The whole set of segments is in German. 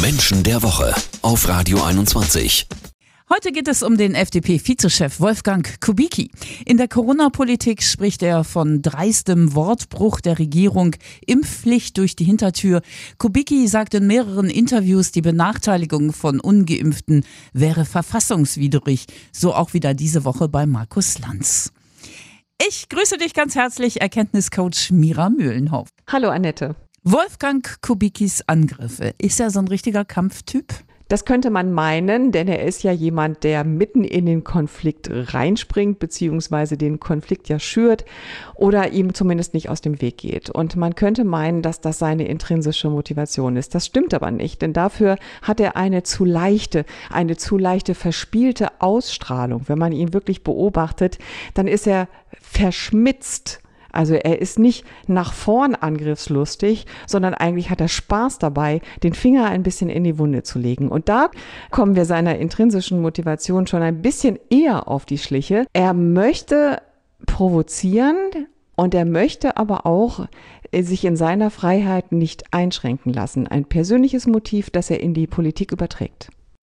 Menschen der Woche auf Radio 21. Heute geht es um den FDP-Vizechef Wolfgang Kubicki. In der Corona-Politik spricht er von dreistem Wortbruch der Regierung, Impfpflicht durch die Hintertür. Kubicki sagt in mehreren Interviews, die Benachteiligung von Ungeimpften wäre verfassungswidrig. So auch wieder diese Woche bei Markus Lanz. Ich grüße dich ganz herzlich, Erkenntniscoach Mira Mühlenhoff. Hallo Annette. Wolfgang Kubickis Angriffe, ist er so ein richtiger Kampftyp? Das könnte man meinen, denn er ist ja jemand, der mitten in den Konflikt reinspringt, beziehungsweise den Konflikt ja schürt oder ihm zumindest nicht aus dem Weg geht. Und man könnte meinen, dass das seine intrinsische Motivation ist. Das stimmt aber nicht, denn dafür hat er eine zu leichte verspielte Ausstrahlung. Wenn man ihn wirklich beobachtet, dann ist er verschmitzt. Also er ist nicht nach vorn angriffslustig, sondern eigentlich hat er Spaß dabei, den Finger ein bisschen in die Wunde zu legen. Und da kommen wir seiner intrinsischen Motivation schon ein bisschen eher auf die Schliche. Er möchte provozieren und er möchte aber auch sich in seiner Freiheit nicht einschränken lassen. Ein persönliches Motiv, das er in die Politik überträgt.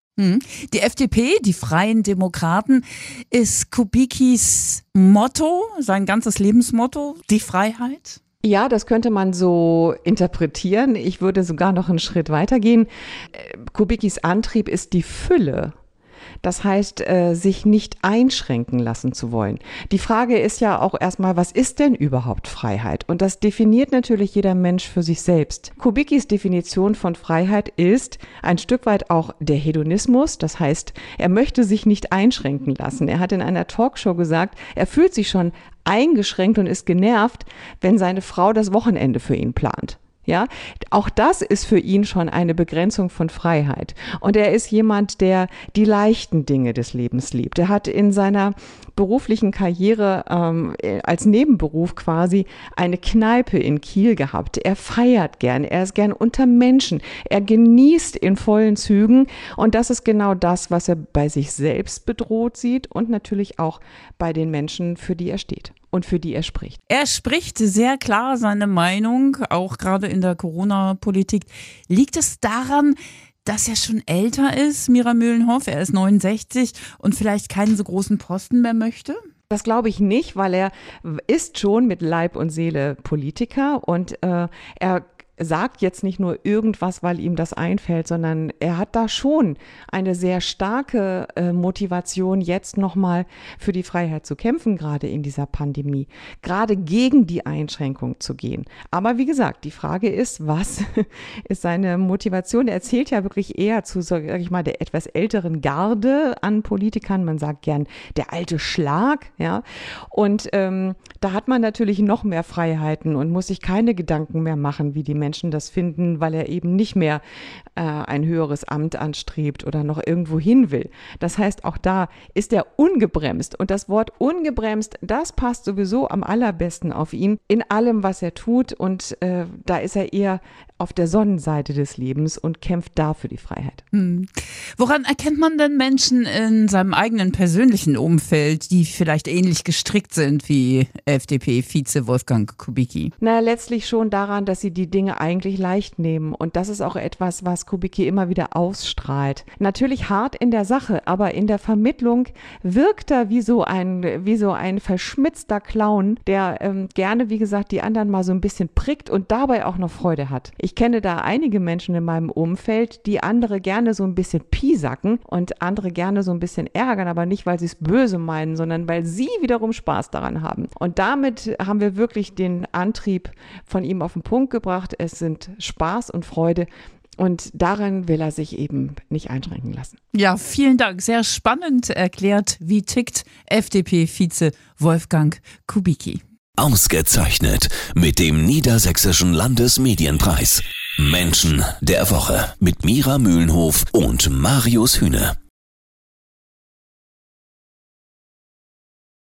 Die FDP, die Freien Demokraten, ist Kubickis Motto, sein ganzes Lebensmotto, die Freiheit? Ja, das könnte man so interpretieren. Ich würde sogar noch einen Schritt weitergehen. Kubickis Antrieb ist die Fülle. Das heißt, sich nicht einschränken lassen zu wollen. Die Frage ist ja auch erstmal, was ist denn überhaupt Freiheit? Und das definiert natürlich jeder Mensch für sich selbst. Kubickis Definition von Freiheit ist ein Stück weit auch der Hedonismus. Das heißt, er möchte sich nicht einschränken lassen. Er hat in einer Talkshow gesagt, er fühlt sich schon eingeschränkt und ist genervt, wenn seine Frau das Wochenende für ihn plant. Ja, auch das ist für ihn schon eine Begrenzung von Freiheit. Und er ist jemand, der die leichten Dinge des Lebens liebt. Er hat in seiner beruflichen Karriere als Nebenberuf quasi eine Kneipe in Kiel gehabt. Er feiert gern, er ist gern unter Menschen, er genießt in vollen Zügen. Und das ist genau das, was er bei sich selbst bedroht sieht und natürlich auch bei den Menschen, für die er steht und für die er spricht. Er spricht sehr klar seine Meinung, auch gerade in der Corona-Politik. Liegt es daran, dass er schon älter ist, Mira Mühlenhoff? Er ist 69 und vielleicht keinen so großen Posten mehr möchte? Das glaube ich nicht, weil er ist schon mit Leib und Seele Politiker und er sagt jetzt nicht nur irgendwas, weil ihm das einfällt, sondern er hat da schon eine sehr starke Motivation, jetzt nochmal für die Freiheit zu kämpfen, gerade in dieser Pandemie, gerade gegen die Einschränkung zu gehen. Aber wie gesagt, die Frage ist, was ist seine Motivation? Er erzählt ja wirklich eher zu, sag ich mal, der etwas älteren Garde an Politikern. Man sagt gern der alte Schlag, ja. Und da hat man natürlich noch mehr Freiheiten und muss sich keine Gedanken mehr machen, wie die Menschen das finden, weil er eben nicht mehr ein höheres Amt anstrebt oder noch irgendwo hin will. Das heißt, auch da ist er ungebremst. Und das Wort ungebremst, das passt sowieso am allerbesten auf ihn in allem, was er tut. Und da ist er eher auf der Sonnenseite des Lebens und kämpft da für die Freiheit. Woran erkennt man denn Menschen in seinem eigenen persönlichen Umfeld, die vielleicht ähnlich gestrickt sind wie FDP-Vize Wolfgang Kubicki? Na, letztlich schon daran, dass sie die Dinge eigentlich leicht nehmen. Und das ist auch etwas, was Kubicki immer wieder ausstrahlt. Natürlich hart in der Sache, aber in der Vermittlung wirkt er wie so ein verschmitzter Clown, der gerne, wie gesagt, die anderen mal so ein bisschen prickt und dabei auch noch Freude hat. Ich kenne da einige Menschen in meinem Umfeld, die andere gerne so ein bisschen piesacken und andere gerne so ein bisschen ärgern, aber nicht, weil sie es böse meinen, sondern weil sie wiederum Spaß daran haben. Und damit haben wir wirklich den Antrieb von ihm auf den Punkt gebracht. Es sind Spaß und Freude. Und darin will er sich eben nicht einschränken lassen. Ja, vielen Dank. Sehr spannend erklärt, wie tickt FDP-Vize Wolfgang Kubicki. Ausgezeichnet mit dem Niedersächsischen Landesmedienpreis. Menschen der Woche mit Mira Mühlenhoff und Marius Hühne.